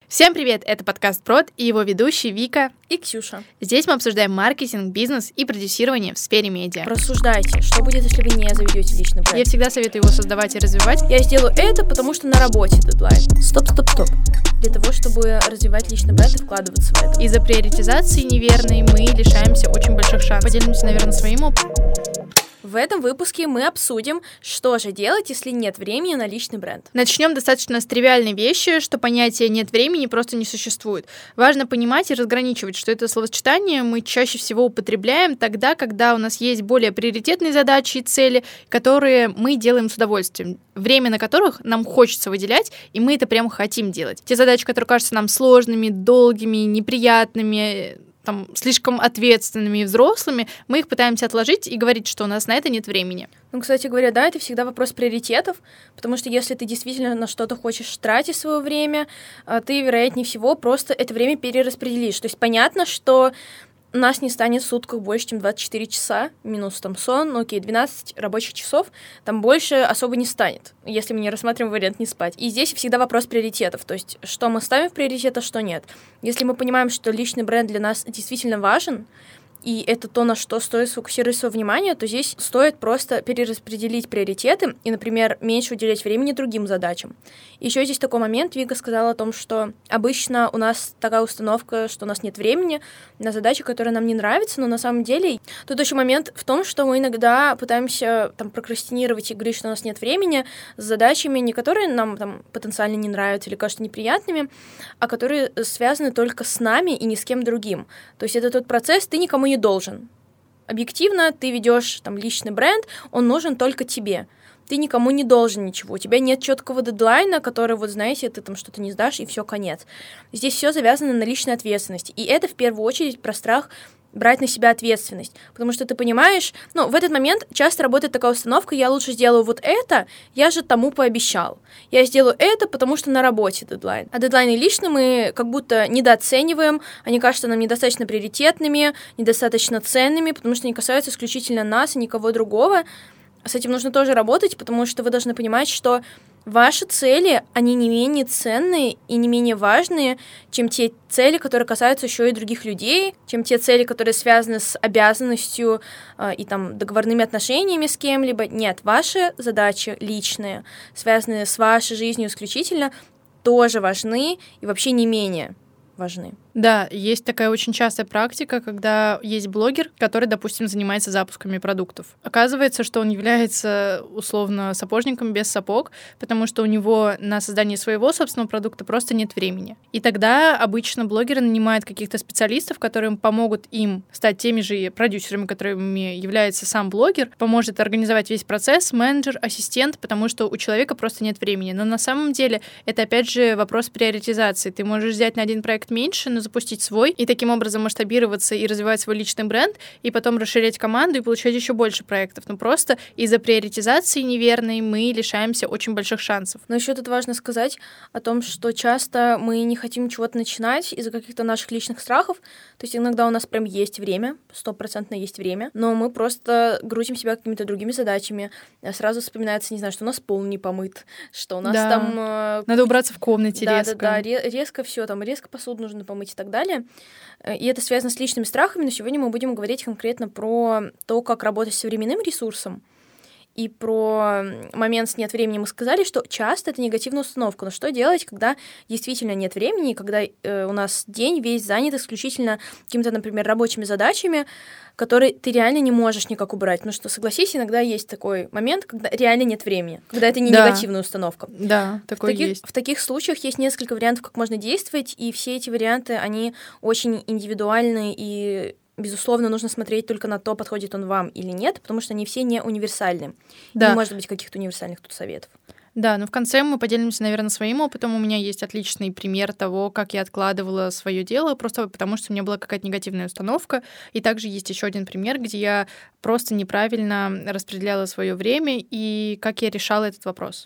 Всем привет! Это подкаст Прод и его ведущие Вика и Ксюша. Здесь мы обсуждаем маркетинг, бизнес и продюсирование в сфере медиа. Рассуждайте, что будет, если вы не заведете личный бренд. Я всегда советую его создавать и развивать. Я сделаю это, потому что на работе дедлайн. Стоп. Для того, чтобы развивать личный бренд и вкладываться в это. Из-за приоритизации неверной мы лишаемся очень больших шансов. Поделимся, наверное, своим опытом. В этом выпуске мы обсудим, что же делать, если нет времени на личный бренд. Начнем достаточно с тривиальной вещи, что понятие «нет времени» просто не существует. Важно понимать и разграничивать, что это словосочетание мы чаще всего употребляем тогда, когда у нас есть более приоритетные задачи и цели, которые мы делаем с удовольствием, время на которых нам хочется выделять, и мы это прямо хотим делать. Те задачи, которые кажутся нам сложными, долгими, неприятными, слишком ответственными и взрослыми, мы их пытаемся отложить и говорить, что у нас на это нет времени. Кстати говоря, да, это всегда вопрос приоритетов, потому что если ты действительно на что-то хочешь тратить свое время, ты, вероятнее всего, просто это время перераспределишь. То есть понятно, что у нас не станет в сутках больше, чем 24 часа, минус сон, 12 рабочих часов, больше особо не станет, если мы не рассматриваем вариант не спать. И здесь всегда вопрос приоритетов, то есть что мы ставим в приоритет, а что нет. Если мы понимаем, что личный бренд для нас действительно важен, и это то, на что стоит сфокусировать свое внимание, то здесь стоит просто перераспределить приоритеты и, например, меньше уделять времени другим задачам. Еще здесь такой момент, Вика сказала о том, что обычно у нас такая установка, что у нас нет времени на задачи, которые нам не нравятся, но на самом деле тут еще момент в том, что мы иногда пытаемся прокрастинировать и говорить, что у нас нет времени с задачами, не которые нам потенциально не нравятся или кажутся неприятными, а которые связаны только с нами и ни с кем другим. То есть это тот процесс, ты никому не должен. Объективно, ты ведешь личный бренд, он нужен только тебе. Ты никому не должен ничего. У тебя нет четкого дедлайна, который, ты что-то не сдашь, и все, конец. Здесь все завязано на личной ответственности. И это в первую очередь про страх брать на себя ответственность. Потому что ты понимаешь, в этот момент часто работает такая установка: я лучше сделаю вот это, я же тому пообещал. Я сделаю это, потому что на работе дедлайн. А дедлайны лично мы как будто недооцениваем, они кажутся нам недостаточно приоритетными, недостаточно ценными, потому что они касаются исключительно нас и никого другого. С этим нужно тоже работать, потому что вы должны понимать, что ваши цели, они не менее ценные и не менее важные, чем те цели, которые касаются еще и других людей, чем те цели, которые связаны с обязанностью и договорными отношениями с кем-либо. Нет, ваши задачи личные, связанные с вашей жизнью исключительно, тоже важны и вообще не менее важны. Да, есть такая очень частая практика, когда есть блогер, который, допустим, занимается запусками продуктов. Оказывается, что он является условно сапожником без сапог, потому что у него на создание своего собственного продукта просто нет времени. И тогда обычно блогеры нанимают каких-то специалистов, которые помогут им стать теми же продюсерами, которыми является сам блогер, поможет организовать весь процесс, менеджер, ассистент, потому что у человека просто нет времени. Но на самом деле это, опять же, вопрос приоритизации. Ты можешь взять на один проект меньше, но запустить свой, и таким образом масштабироваться и развивать свой личный бренд, и потом расширять команду и получать еще больше проектов. Но просто из-за приоритизации неверной мы лишаемся очень больших шансов. Но еще тут важно сказать о том, что часто мы не хотим чего-то начинать из-за каких-то наших личных страхов. То есть иногда у нас прям есть время, 100% есть время, но мы просто грузим себя какими-то другими задачами. Сразу вспоминается, не знаю, что у нас пол не помыт, что у нас надо убраться в комнате резко. Да, резко все, резко посуду нужно помыть и так далее. И это связано с личными страхами, но сегодня мы будем говорить конкретно про то, как работать с современным ресурсом. И про момент «нет времени» мы сказали, что часто это негативная установка. Но что делать, когда действительно нет времени, когда у нас день весь занят исключительно какими-то, например, рабочими задачами, которые ты реально не можешь никак убрать. Потому что, согласись, иногда есть такой момент, когда реально нет времени, когда это не негативная установка. Да, такое есть. В таких случаях есть несколько вариантов, как можно действовать, и все эти варианты, они очень индивидуальны, и безусловно, нужно смотреть только на то, подходит он вам или нет, потому что они все не универсальны. Да. Не может быть каких-то универсальных тут советов. Да, но в конце мы поделимся, наверное, своим опытом. У меня есть отличный пример того, как я откладывала свое дело, просто потому что у меня была какая-то негативная установка. И также есть еще один пример, где я просто неправильно распределяла свое время и как я решала этот вопрос.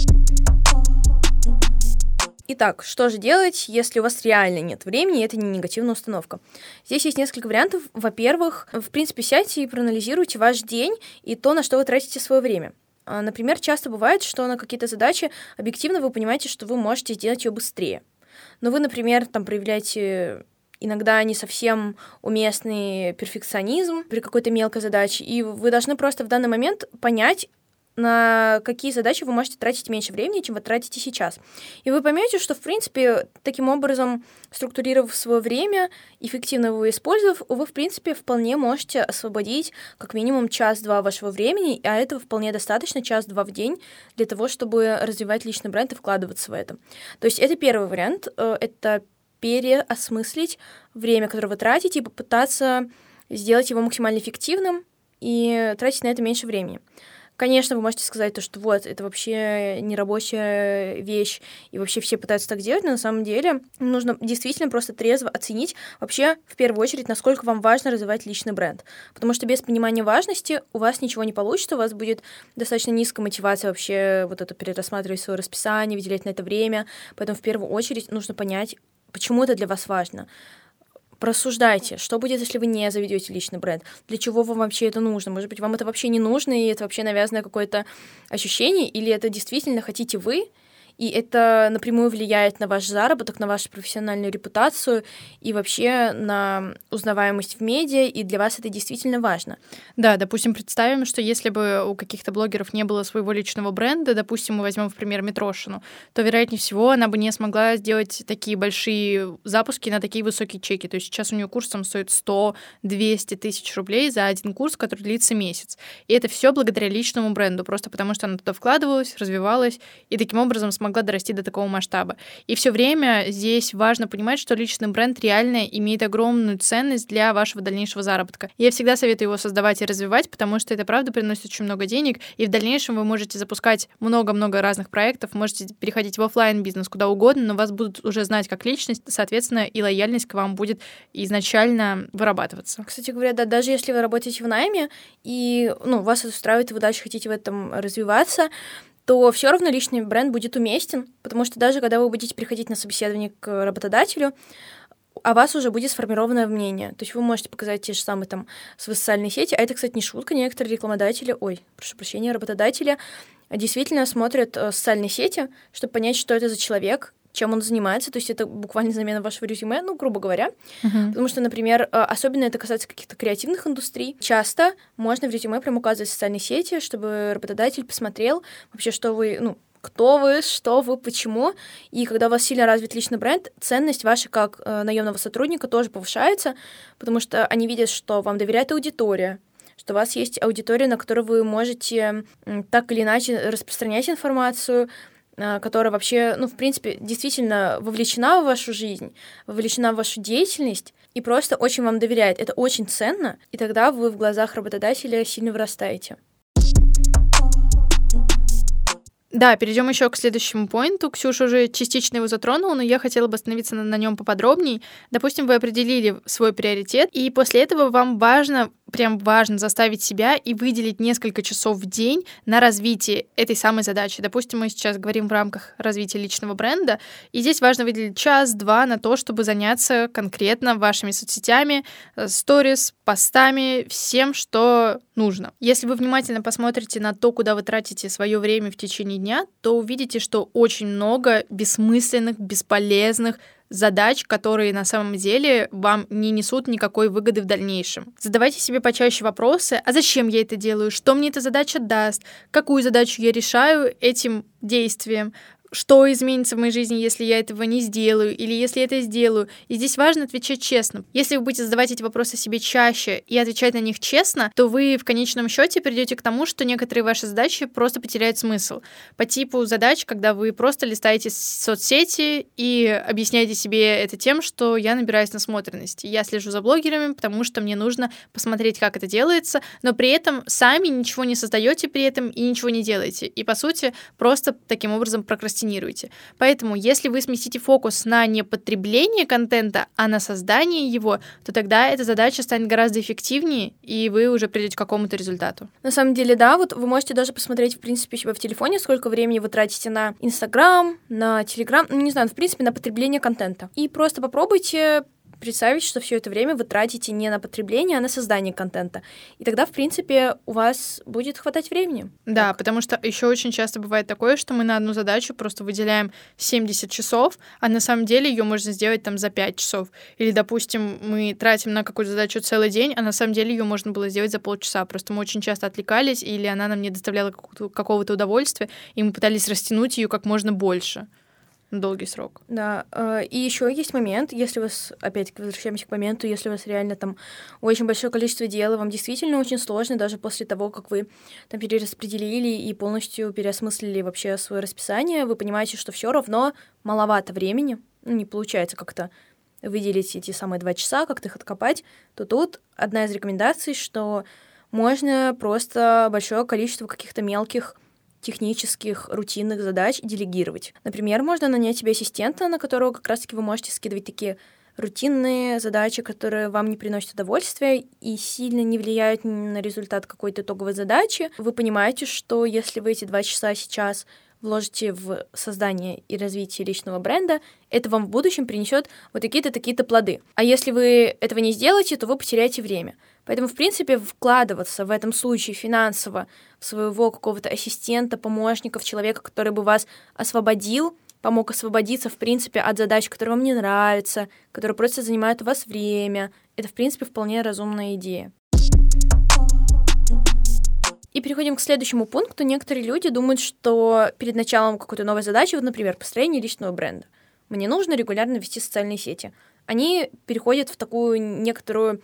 Итак, что же делать, если у вас реально нет времени, и это не негативная установка? Здесь есть несколько вариантов. Во-первых, в принципе, сядьте и проанализируйте ваш день и то, на что вы тратите свое время. Например, часто бывает, что на какие-то задачи объективно вы понимаете, что вы можете сделать ее быстрее. но вы, например, там проявляете иногда не совсем уместный перфекционизм при какой-то мелкой задаче, и вы должны просто в данный момент понять, на какие задачи вы можете тратить меньше времени, чем вы тратите сейчас. И вы поймете, что, в принципе, таким образом, структурировав свое время, эффективно его использовав, вы, в принципе, вполне можете освободить как минимум час-два вашего времени, а этого вполне достаточно, час-два в день, для того, чтобы развивать личный бренд и вкладываться в это. То есть это первый вариант, это переосмыслить время, которое вы тратите, и попытаться сделать его максимально эффективным и тратить на это меньше времени. Конечно, вы можете сказать, что вот, это вообще не рабочая вещь, и вообще все пытаются так делать, но на самом деле нужно действительно просто трезво оценить вообще, в первую очередь, насколько вам важно развивать личный бренд. Потому что без понимания важности у вас ничего не получится, у вас будет достаточно низкая мотивация вообще вот это перерассматривать свое расписание, выделять на это время. Поэтому в первую очередь нужно понять, почему это для вас важно. Просуждайте, что будет, если вы не заведете личный бренд, для чего вам вообще это нужно, может быть, вам это вообще не нужно, и это вообще навязанное какое-то ощущение, или это действительно хотите вы, и это напрямую влияет на ваш заработок, на вашу профессиональную репутацию и вообще на узнаваемость в медиа, и для вас это действительно важно. Да, допустим, представим, что если бы у каких-то блогеров не было своего личного бренда, допустим, мы возьмем в пример Митрошину, то, вероятнее всего, она бы не смогла сделать такие большие запуски на такие высокие чеки. То есть сейчас у нее курс там стоит 100-200 тысяч рублей за один курс, который длится месяц. И это все благодаря личному бренду, просто потому что она туда вкладывалась, развивалась, и таким образом смогла дорасти до такого масштаба. И все время здесь важно понимать, что личный бренд реально имеет огромную ценность для вашего дальнейшего заработка. Я всегда советую его создавать и развивать, потому что это правда приносит очень много денег, и в дальнейшем вы можете запускать много-много разных проектов, можете переходить в офлайн бизнес куда угодно, но вас будут уже знать как личность, соответственно, и лояльность к вам будет изначально вырабатываться. Кстати говоря, да, даже если вы работаете в найме, и вас это устраивает, и вы дальше хотите в этом развиваться, то все равно личный бренд будет уместен, потому что даже когда вы будете приходить на собеседование к работодателю, о вас уже будет сформированное мнение. То есть вы можете показать те же самые там свои социальные сети, а это, кстати, не шутка, некоторые работодатели действительно смотрят социальные сети, чтобы понять, что это за человек, чем он занимается, то есть это буквально замена вашего резюме, грубо говоря. Потому что, например, особенно это касается каких-то креативных индустрий. Часто можно в резюме прям указывать социальные сети, чтобы работодатель посмотрел вообще, что вы, кто вы, что вы, почему. И когда у вас сильно развит личный бренд, ценность ваша как наемного сотрудника тоже повышается, потому что они видят, что вам доверяет аудитория, что у вас есть аудитория, на которую вы можете так или иначе распространять информацию, которая вообще, в принципе, действительно вовлечена в вашу жизнь, вовлечена в вашу деятельность и просто очень вам доверяет. Это очень ценно, и тогда вы в глазах работодателя сильно вырастаете. Да, перейдем еще к следующему поинту. Ксюша уже частично его затронула, но я хотела бы остановиться на нем поподробнее. Допустим, вы определили свой приоритет, и после этого вам важно заставить себя и выделить несколько часов в день на развитие этой самой задачи. Допустим, мы сейчас говорим в рамках развития личного бренда, и здесь важно выделить час-два на то, чтобы заняться конкретно вашими соцсетями, сторис, постами, всем, что нужно. Если вы внимательно посмотрите на то, куда вы тратите свое время в течение дня, то увидите, что очень много бессмысленных, бесполезных задач, которые на самом деле вам не несут никакой выгоды в дальнейшем. Задавайте себе почаще вопросы: а зачем я это делаю? Что мне эта задача даст? Какую задачу я решаю этим действием? Что изменится в моей жизни, если я этого не сделаю, или если я это сделаю. И здесь важно отвечать честно. Если вы будете задавать эти вопросы себе чаще и отвечать на них честно, то вы в конечном счете придете к тому, что некоторые ваши задачи просто потеряют смысл. По типу задач, когда вы просто листаете соцсети и объясняете себе это тем, что я набираюсь насмотренности. Я слежу за блогерами, потому что мне нужно посмотреть, как это делается, но при этом сами ничего не создаете при этом и ничего не делаете. И, по сути, просто таким образом прокрастинируете. Поэтому, если вы сместите фокус на не потребление контента, а на создание его, то тогда эта задача станет гораздо эффективнее, и вы уже придете к какому-то результату. На самом деле, да, вы можете даже посмотреть, в принципе, себя в телефоне, сколько времени вы тратите на Инстаграм, на Телеграм, в принципе, на потребление контента. И просто попробуйте представить, что все это время вы тратите не на потребление, а на создание контента. И тогда, в принципе, у вас будет хватать времени. Да, потому что еще очень часто бывает такое, что мы на одну задачу просто выделяем 70 часов, а на самом деле ее можно сделать там за 5 часов. Или, допустим, мы тратим на какую-то задачу целый день, а на самом деле ее можно было сделать за полчаса. Просто мы очень часто отвлекались, или она нам не доставляла какого-то удовольствия, и мы пытались растянуть ее как можно больше. Долгий срок. Да, и еще есть момент, если у вас, опять-таки, возвращаемся к моменту, если у вас реально там очень большое количество дел, и вам действительно очень сложно, даже после того, как вы там перераспределили и полностью переосмыслили вообще свое расписание, вы понимаете, что все равно маловато времени, не получается как-то выделить эти самые 2 часа, как-то их откопать, то тут одна из рекомендаций, что можно просто большое количество каких-то мелких технических, рутинных задач делегировать. Например, можно нанять себе ассистента, на которого как раз-таки вы можете скидывать такие рутинные задачи, которые вам не приносят удовольствия и сильно не влияют на результат какой-то итоговой задачи. Вы понимаете, что если вы эти 2 часа сейчас вложите в создание и развитие личного бренда, это вам в будущем принесет вот такие-то плоды. А если вы этого не сделаете, то вы потеряете время. Поэтому, в принципе, вкладываться в этом случае финансово в своего какого-то ассистента, помощника, в человека, который бы вас освободил, помог освободиться, в принципе, от задач, которые вам не нравятся, которые просто занимают у вас время, это, в принципе, вполне разумная идея. И переходим к следующему пункту. Некоторые люди думают, что перед началом какой-то новой задачи, вот, например, построение личного бренда, мне нужно регулярно вести социальные сети. Они переходят в такую некоторую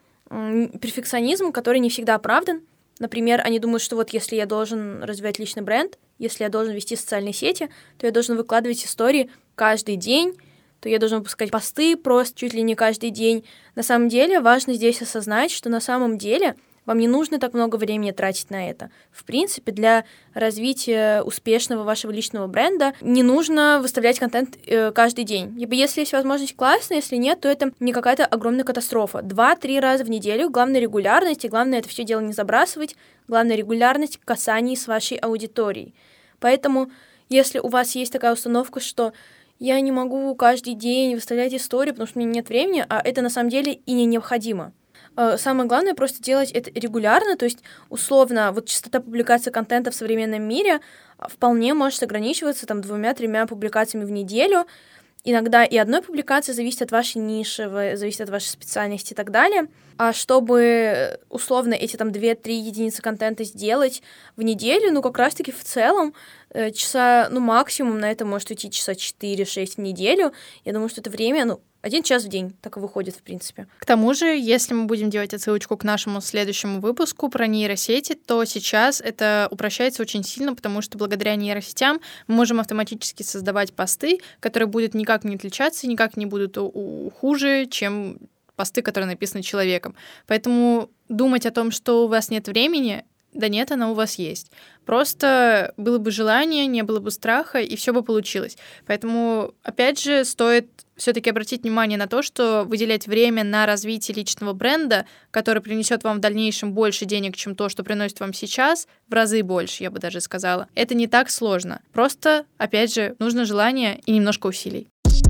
перфекционизм, который не всегда оправдан. Например, они думают, что вот если я должен развивать личный бренд, если я должен вести социальные сети, то я должен выкладывать истории каждый день, то я должен выпускать посты просто чуть ли не каждый день. На самом деле важно здесь осознать, что на самом деле вам не нужно так много времени тратить на это. В принципе, для развития успешного вашего личного бренда не нужно выставлять контент каждый день. Если есть возможность, классно, если нет, то это не какая-то огромная катастрофа. 2-3 раза в неделю, главное регулярность, и главное это все дело не забрасывать, главное регулярность касаний с вашей аудиторией. Поэтому, если у вас есть такая установка, что я не могу каждый день выставлять истории, потому что у меня нет времени, а это на самом деле и не необходимо. Самое главное просто делать это регулярно, то есть условно вот частота публикации контента в современном мире вполне может ограничиваться там 2-3 публикациями в неделю. Иногда и одной публикации зависит от вашей ниши, зависит от вашей специальности и так далее. А чтобы условно эти там 2-3 единицы контента сделать в неделю, как раз-таки в целом часа, максимум на это может уйти часа 4-6 в неделю. Я думаю, что это время, 1 час в день, так и выходит, в принципе. К тому же, если мы будем делать отсылочку к нашему следующему выпуску про нейросети, то сейчас это упрощается очень сильно, потому что благодаря нейросетям мы можем автоматически создавать посты, которые будут никак не отличаться, никак не будут хуже, чем посты, которые написаны человеком. Поэтому думать о том, что у вас нет времени, да нет, оно у вас есть. Просто было бы желание, не было бы страха, и все бы получилось. Поэтому, опять же, стоит все-таки обратить внимание на то, что выделять время на развитие личного бренда, который принесет вам в дальнейшем больше денег, чем то, что приносит вам сейчас, в разы больше, я бы даже сказала. Это не так сложно. Просто, опять же, нужно желание и немножко усилий.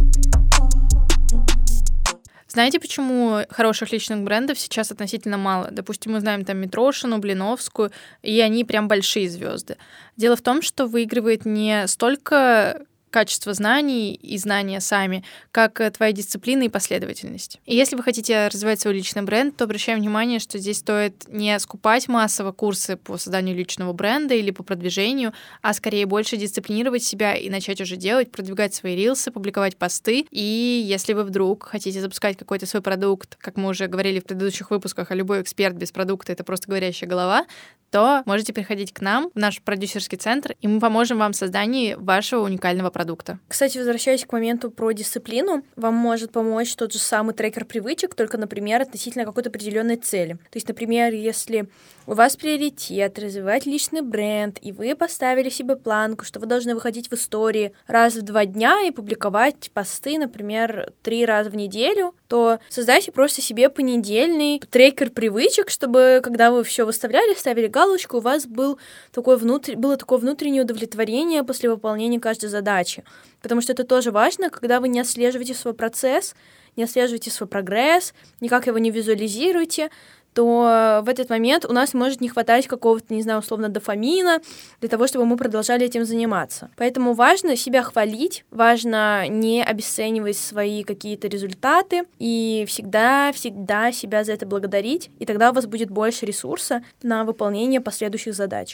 Знаете, почему хороших личных брендов сейчас относительно мало? Допустим, мы знаем там Митрошину, Блиновскую, и они прям большие звезды. Дело в том, что выигрывает не столько качество знаний и знания сами, как твоя дисциплина и последовательность. И если вы хотите развивать свой личный бренд, то обращаем внимание, что здесь стоит не скупать массово курсы по созданию личного бренда или по продвижению, а скорее больше дисциплинировать себя и начать уже делать, продвигать свои рилсы, публиковать посты. И если вы вдруг хотите запускать какой-то свой продукт, как мы уже говорили в предыдущих выпусках, а любой эксперт без продукта — это просто говорящая голова, то можете приходить к нам в наш продюсерский центр, и мы поможем вам в создании вашего уникального продукта. Кстати, возвращаясь к моменту про дисциплину, вам может помочь тот же самый трекер привычек, только, например, относительно какой-то определенной цели. То есть, например, если у вас приоритет развивать личный бренд, и вы поставили себе планку, что вы должны выходить в истории раз в 2 дня и публиковать посты, например, 3 раза в неделю, то создайте просто себе понедельный трекер привычек, чтобы, когда вы все выставляли, ставили галочку, у вас было такое внутреннее удовлетворение после выполнения каждой задачи. Потому что это тоже важно, когда вы не отслеживаете свой процесс, не отслеживаете свой прогресс, никак его не визуализируете, то в этот момент у нас может не хватать какого-то, не знаю, условно, дофамина для того, чтобы мы продолжали этим заниматься. Поэтому важно себя хвалить, важно не обесценивать свои какие-то результаты и всегда себя за это благодарить, и тогда у вас будет больше ресурса на выполнение последующих задач.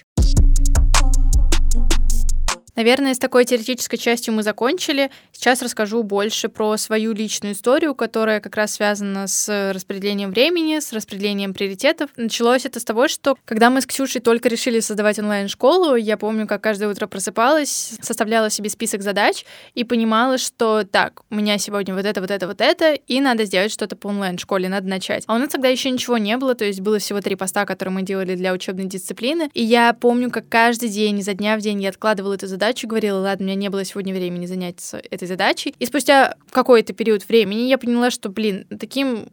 Наверное, с такой теоретической частью мы закончили. Сейчас расскажу больше про свою личную историю, которая как раз связана с распределением времени, с распределением приоритетов. Началось это с того, что когда мы с Ксюшей только решили создавать онлайн-школу, я помню, как каждое утро просыпалась, составляла себе список задач и понимала, что так, у меня сегодня вот это, и надо сделать что-то по онлайн-школе, надо начать. А у нас тогда еще ничего не было, то есть было всего 3 поста, которые мы делали для учебной дисциплины, и я помню, как каждый день, изо дня в день я откладывала эту задачу, говорила, ладно, у меня не было сегодня времени заняться этой задачей. И спустя какой-то период времени я поняла, что, таким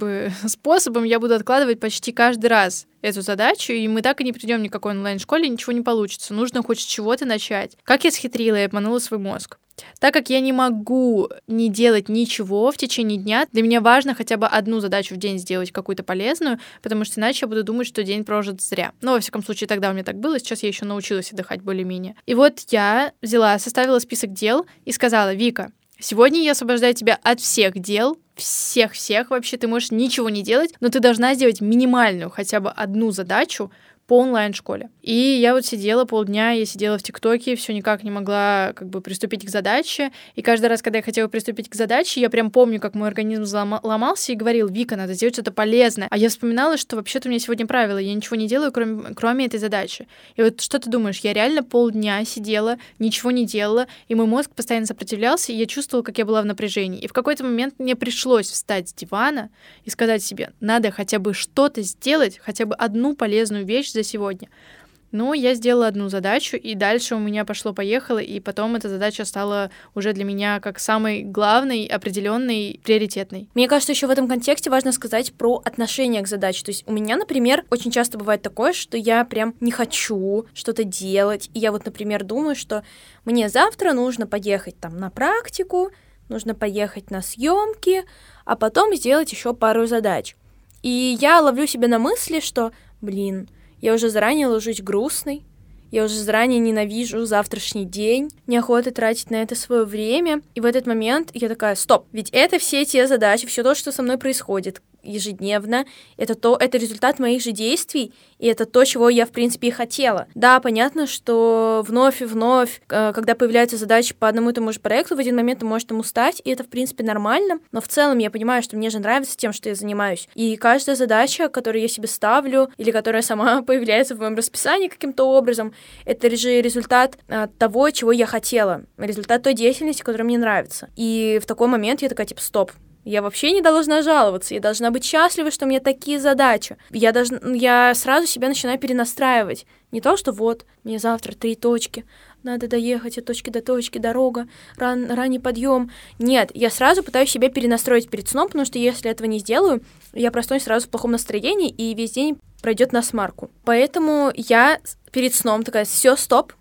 способом я буду откладывать почти каждый раз эту задачу, и мы так и не придем ни к какой онлайн-школе, ничего не получится. Нужно хоть с чего-то начать. Как я схитрила и обманула свой мозг? Так как я не могу не делать ничего в течение дня, для меня важно хотя бы одну задачу в день сделать какую-то полезную, потому что иначе я буду думать, что день прожит зря. Но, во всяком случае, тогда у меня так было, сейчас я еще научилась отдыхать более-менее. И вот я составила список дел и сказала: Вика, сегодня я освобождаю тебя от всех дел, всех вообще, ты можешь ничего не делать, но ты должна сделать минимальную хотя бы одну задачу по онлайн-школе. И я сидела полдня, я сидела в ТикТоке, все никак не могла приступить к задаче. И каждый раз, когда я хотела приступить к задаче, я прям помню, как мой организм ломался и говорил: Вика, надо сделать что-то полезное. А я вспоминала, что вообще-то у меня сегодня правило, я ничего не делаю, кроме этой задачи. И вот что ты думаешь, я реально полдня сидела, ничего не делала, и мой мозг постоянно сопротивлялся, и я чувствовала, как я была в напряжении. И в какой-то момент мне пришлось встать с дивана и сказать себе: надо хотя бы что-то сделать, хотя бы одну полезную вещь за сегодня. Ну, я сделала одну задачу, и дальше у меня пошло-поехало, и потом эта задача стала уже для меня как самой главной, определенной, приоритетной. Мне кажется, еще в этом контексте важно сказать про отношение к задаче. То есть у меня, например, очень часто бывает такое, что я прям не хочу что-то делать, и я например, думаю, что мне завтра нужно поехать на практику, нужно поехать на съемки, а потом сделать еще пару задач. И я ловлю себя на мысли, что, я уже заранее ложусь грустной, я уже заранее ненавижу завтрашний день, неохота тратить на это свое время. И в этот момент я такая: стоп, ведь это все те задачи, все то, что со мной происходит ежедневно, это результат моих же действий, и это то, чего я, в принципе, и хотела. Да, понятно, что вновь и вновь, когда появляются задачи по одному и тому же проекту, в один момент ты можешь там устать, и это, в принципе, нормально, но в целом я понимаю, что мне же нравится тем, что я занимаюсь. И каждая задача, которую я себе ставлю, или которая сама появляется в моем расписании каким-то образом, это же результат того, чего я хотела, результат той деятельности, которая мне нравится. И в такой момент я такая, стоп, я вообще не должна жаловаться, я должна быть счастлива, что у меня такие задачи. Я сразу себя начинаю перенастраивать. Не то, что мне завтра 3 точки, надо доехать от точки до точки, дорога, ранний подъем. Нет, я сразу пытаюсь себя перенастроить перед сном, потому что если этого не сделаю, я проснусь сразу в плохом настроении, и весь день пройдет насмарку. Поэтому я перед сном такая: все, стоп.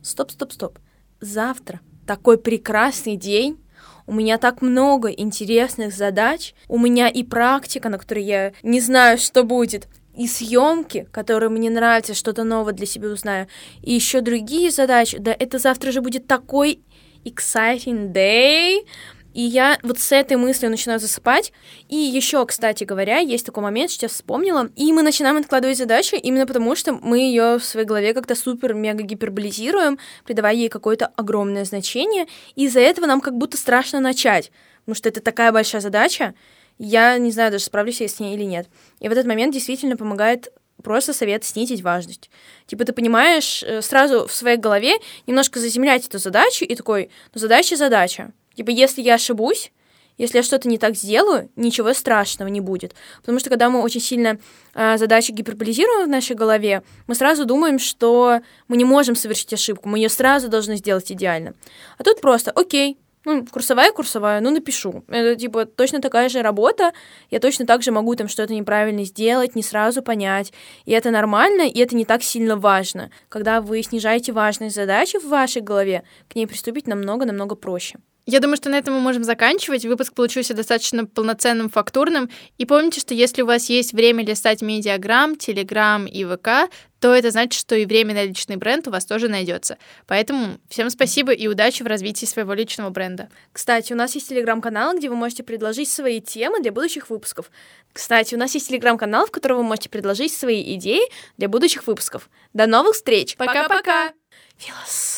Завтра такой прекрасный день, у меня так много интересных задач, у меня и практика, на которой я не знаю, что будет, и съемки, которые мне нравятся, что-то новое для себя узнаю, и еще другие задачи. Да, это завтра же будет такой exciting day. И я с этой мыслью начинаю засыпать. И еще, кстати говоря, есть такой момент, сейчас вспомнила, и мы начинаем откладывать задачу именно потому, что мы ее в своей голове как-то супер-мега-гиперболизируем, придавая ей какое-то огромное значение, и из-за этого нам как будто страшно начать, потому что это такая большая задача, я не знаю даже, справлюсь я с ней или нет. И в этот момент действительно помогает просто совет снизить важность. Ты понимаешь, сразу в своей голове немножко заземлять эту задачу, и такой: задача. Если я ошибусь, если я что-то не так сделаю, ничего страшного не будет. Потому что когда мы очень сильно задачи гиперболизируем в нашей голове, мы сразу думаем, что мы не можем совершить ошибку, мы ее сразу должны сделать идеально. А тут просто: окей, курсовая, напишу. Это точно такая же работа, я точно так же могу что-то неправильно сделать, не сразу понять. И это нормально, и это не так сильно важно. Когда вы снижаете важность задачи в вашей голове, к ней приступить намного-намного проще. Я думаю, что на этом мы можем заканчивать. Выпуск получился достаточно полноценным, фактурным. И помните, что если у вас есть время листать Медиаграм, Телеграм и ВК, то это значит, что и время на личный бренд у вас тоже найдется. Поэтому всем спасибо и удачи в развитии своего личного бренда. Кстати, у нас есть телеграм-канал, где вы можете предложить свои темы для будущих выпусков. в котором вы можете предложить свои идеи для будущих выпусков. До новых встреч! Пока-пока! Филос.